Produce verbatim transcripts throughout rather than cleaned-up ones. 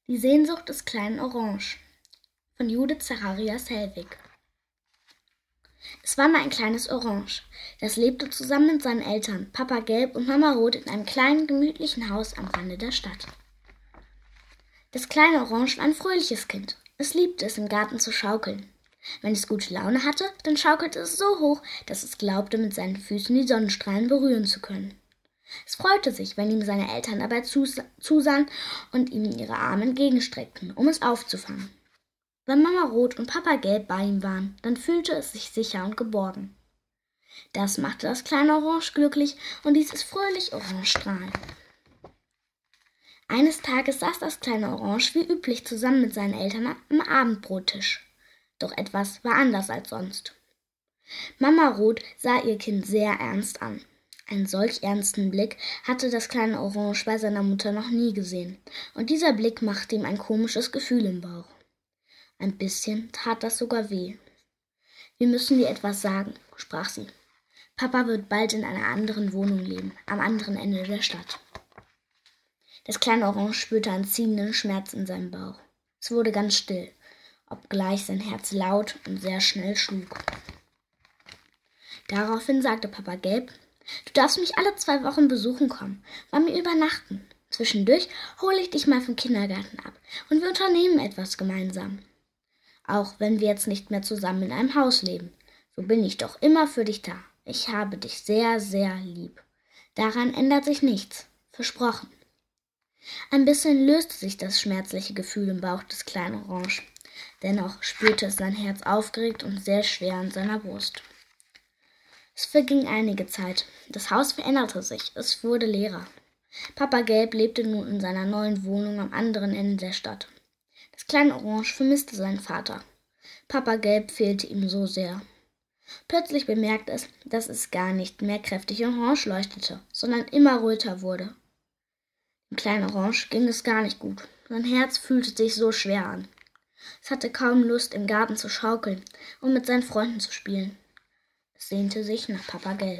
Die Sehnsucht des kleinen Orange von Judith Zacharias Hellwig. Es war mal ein kleines Orange, das lebte zusammen mit seinen Eltern, Papa Gelb und Mama Rot, in einem kleinen, gemütlichen Haus am Rande der Stadt. Das kleine Orange war ein fröhliches Kind. Es liebte es, im Garten zu schaukeln. Wenn es gute Laune hatte, dann schaukelte es so hoch, dass es glaubte, mit seinen Füßen die Sonnenstrahlen berühren zu können. Es freute sich, wenn ihm seine Eltern dabei zusahen und ihm ihre Arme entgegenstreckten, um es aufzufangen. Wenn Mama Rot und Papa Gelb bei ihm waren, dann fühlte es sich sicher und geborgen. Das machte das kleine Orange glücklich und ließ es fröhlich orange strahlen. Eines Tages saß das kleine Orange wie üblich zusammen mit seinen Eltern am Abendbrottisch. Doch etwas war anders als sonst. Mama Rot sah ihr Kind sehr ernst an. Einen solch ernsten Blick hatte das kleine Orange bei seiner Mutter noch nie gesehen, und dieser Blick machte ihm ein komisches Gefühl im Bauch. Ein bisschen tat das sogar weh. »Wir müssen dir etwas sagen«, sprach sie. »Papa wird bald in einer anderen Wohnung leben, am anderen Ende der Stadt.« Das kleine Orange spürte einen ziehenden Schmerz in seinem Bauch. Es wurde ganz still, obgleich sein Herz laut und sehr schnell schlug. Daraufhin sagte Papa Gelb: »Du darfst mich alle zwei Wochen besuchen kommen, bei mir übernachten. Zwischendurch hole ich dich mal vom Kindergarten ab und wir unternehmen etwas gemeinsam. Auch wenn wir jetzt nicht mehr zusammen in einem Haus leben, so bin ich doch immer für dich da. Ich habe dich sehr, sehr lieb. Daran ändert sich nichts. Versprochen.« Ein bisschen löste sich das schmerzliche Gefühl im Bauch des kleinen Orange. Dennoch spürte es sein Herz aufgeregt und sehr schwer an seiner Brust. Es verging einige Zeit. Das Haus veränderte sich. Es wurde leerer. Papa Gelb lebte nun in seiner neuen Wohnung am anderen Ende der Stadt. Das kleine Orange vermisste seinen Vater. Papa Gelb fehlte ihm so sehr. Plötzlich bemerkte es, dass es gar nicht mehr kräftig orange leuchtete, sondern immer röter wurde. Dem kleinen Orange ging es gar nicht gut. Sein Herz fühlte sich so schwer an. Es hatte kaum Lust, im Garten zu schaukeln und mit seinen Freunden zu spielen. Es sehnte sich nach Papa Gelb.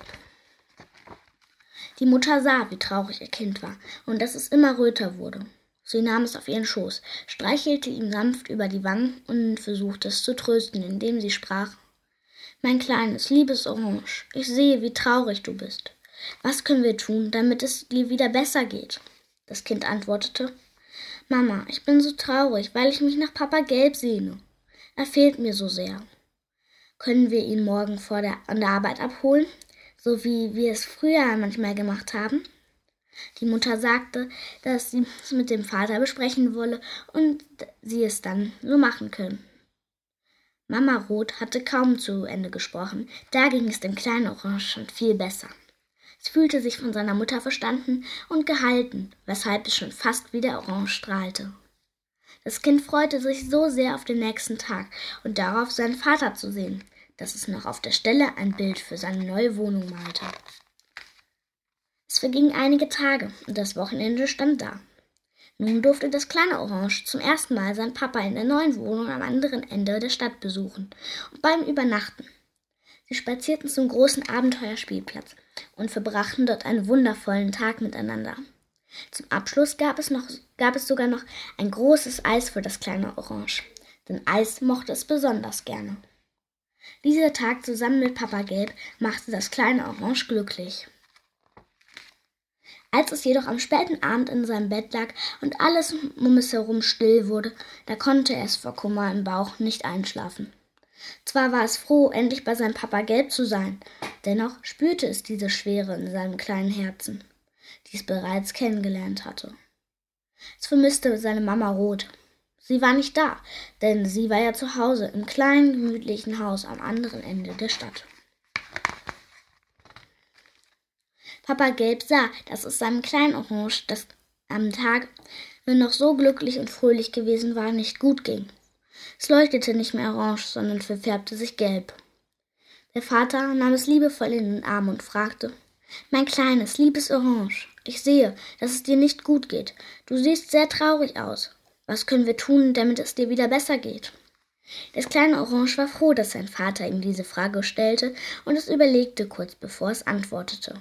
Die Mutter sah, wie traurig ihr Kind war und dass es immer röter wurde. Sie nahm es auf ihren Schoß, streichelte ihm sanft über die Wangen und versuchte es zu trösten, indem sie sprach: »Mein kleines, liebes Orange, ich sehe, wie traurig du bist. Was können wir tun, damit es dir wieder besser geht?« Das Kind antwortete: »Mama, ich bin so traurig, weil ich mich nach Papa Gelb sehne. Er fehlt mir so sehr. Können wir ihn morgen vor der, an der Arbeit abholen, so wie wir es früher manchmal gemacht haben?« Die Mutter sagte, dass sie es mit dem Vater besprechen wolle und sie es dann so machen können. Mama Rot hatte kaum zu Ende gesprochen, da ging es dem kleinen Orange schon viel besser. Es fühlte sich von seiner Mutter verstanden und gehalten, weshalb es schon fast wie der Orange strahlte. Das Kind freute sich so sehr auf den nächsten Tag und darauf, seinen Vater zu sehen, dass es noch auf der Stelle ein Bild für seine neue Wohnung malte. Es vergingen einige Tage und das Wochenende stand da. Nun durfte das kleine Orange zum ersten Mal seinen Papa in der neuen Wohnung am anderen Ende der Stadt besuchen und bei ihm übernachten. Sie spazierten zum großen Abenteuerspielplatz und verbrachten dort einen wundervollen Tag miteinander. Zum Abschluss gab es, noch, gab es sogar noch ein großes Eis für das kleine Orange, denn Eis mochte es besonders gerne. Dieser Tag zusammen mit Papa Gelb machte das kleine Orange glücklich. Als es jedoch am späten Abend in seinem Bett lag und alles um es herum still wurde, da konnte es vor Kummer im Bauch nicht einschlafen. Zwar war es froh, endlich bei seinem Papa Gelb zu sein, dennoch spürte es diese Schwere in seinem kleinen Herzen, die es bereits kennengelernt hatte. Es vermisste seine Mama Rot. Sie war nicht da, denn sie war ja zu Hause im kleinen, gemütlichen Haus am anderen Ende der Stadt. Papa Gelb sah, dass es seinem kleinen Orange, das am Tag, wenn noch so glücklich und fröhlich gewesen war, nicht gut ging. Es leuchtete nicht mehr orange, sondern verfärbte sich gelb. Der Vater nahm es liebevoll in den Arm und fragte: »Mein kleines, liebes Orange, ich sehe, dass es dir nicht gut geht. Du siehst sehr traurig aus. Was können wir tun, damit es dir wieder besser geht?« Das kleine Orange war froh, dass sein Vater ihm diese Frage stellte, und es überlegte kurz, bevor es antwortete.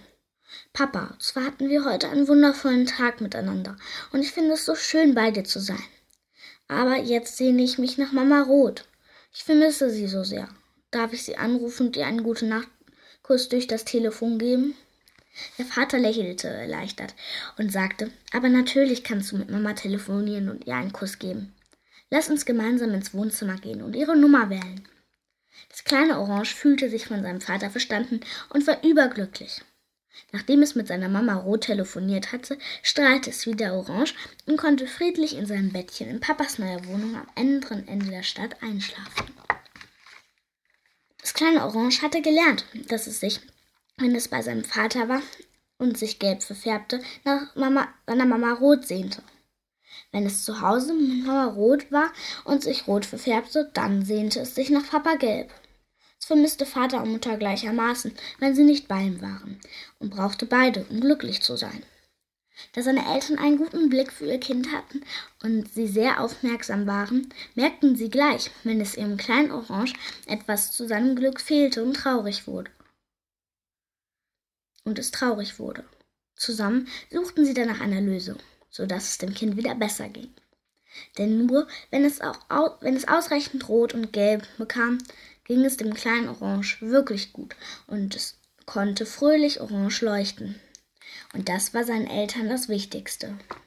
»Papa, zwar hatten wir heute einen wundervollen Tag miteinander, und ich finde es so schön, bei dir zu sein. Aber jetzt sehne ich mich nach Mama Rot. Ich vermisse sie so sehr. Darf ich sie anrufen und ihr einen Gute-Nacht-Kuss durch das Telefon geben?" Der Vater lächelte erleichtert und sagte, aber natürlich kannst du mit Mama telefonieren und ihr einen Kuss geben. Lass uns gemeinsam ins Wohnzimmer gehen und ihre Nummer wählen. Das kleine Orange fühlte sich von seinem Vater verstanden und war überglücklich. Nachdem es mit seiner Mama Rot telefoniert hatte, strahlte es wieder Orange und konnte friedlich in seinem Bettchen in Papas neuer Wohnung am anderen Ende der Stadt einschlafen. Das kleine Orange hatte gelernt, dass es sich, wenn es bei seinem Vater war und sich gelb verfärbte, nach Mama, seiner Mama Rot sehnte. Wenn es zu Hause mit Mama Rot war und sich rot verfärbte, dann sehnte es sich nach Papa Gelb. Es vermisste Vater und Mutter gleichermaßen, wenn sie nicht bei ihm waren, und brauchte beide, um glücklich zu sein. Da seine Eltern einen guten Blick für ihr Kind hatten und sie sehr aufmerksam waren, merkten sie gleich, wenn es ihrem kleinen Orange etwas zu seinem Glück fehlte und traurig wurde. Und es traurig wurde. Zusammen suchten sie dann nach einer Lösung, so dass es dem Kind wieder besser ging. Denn nur wenn es, auch, wenn es ausreichend Rot und Gelb bekam, ging es dem kleinen Orange wirklich gut und es konnte fröhlich orange leuchten. Und das war seinen Eltern das Wichtigste.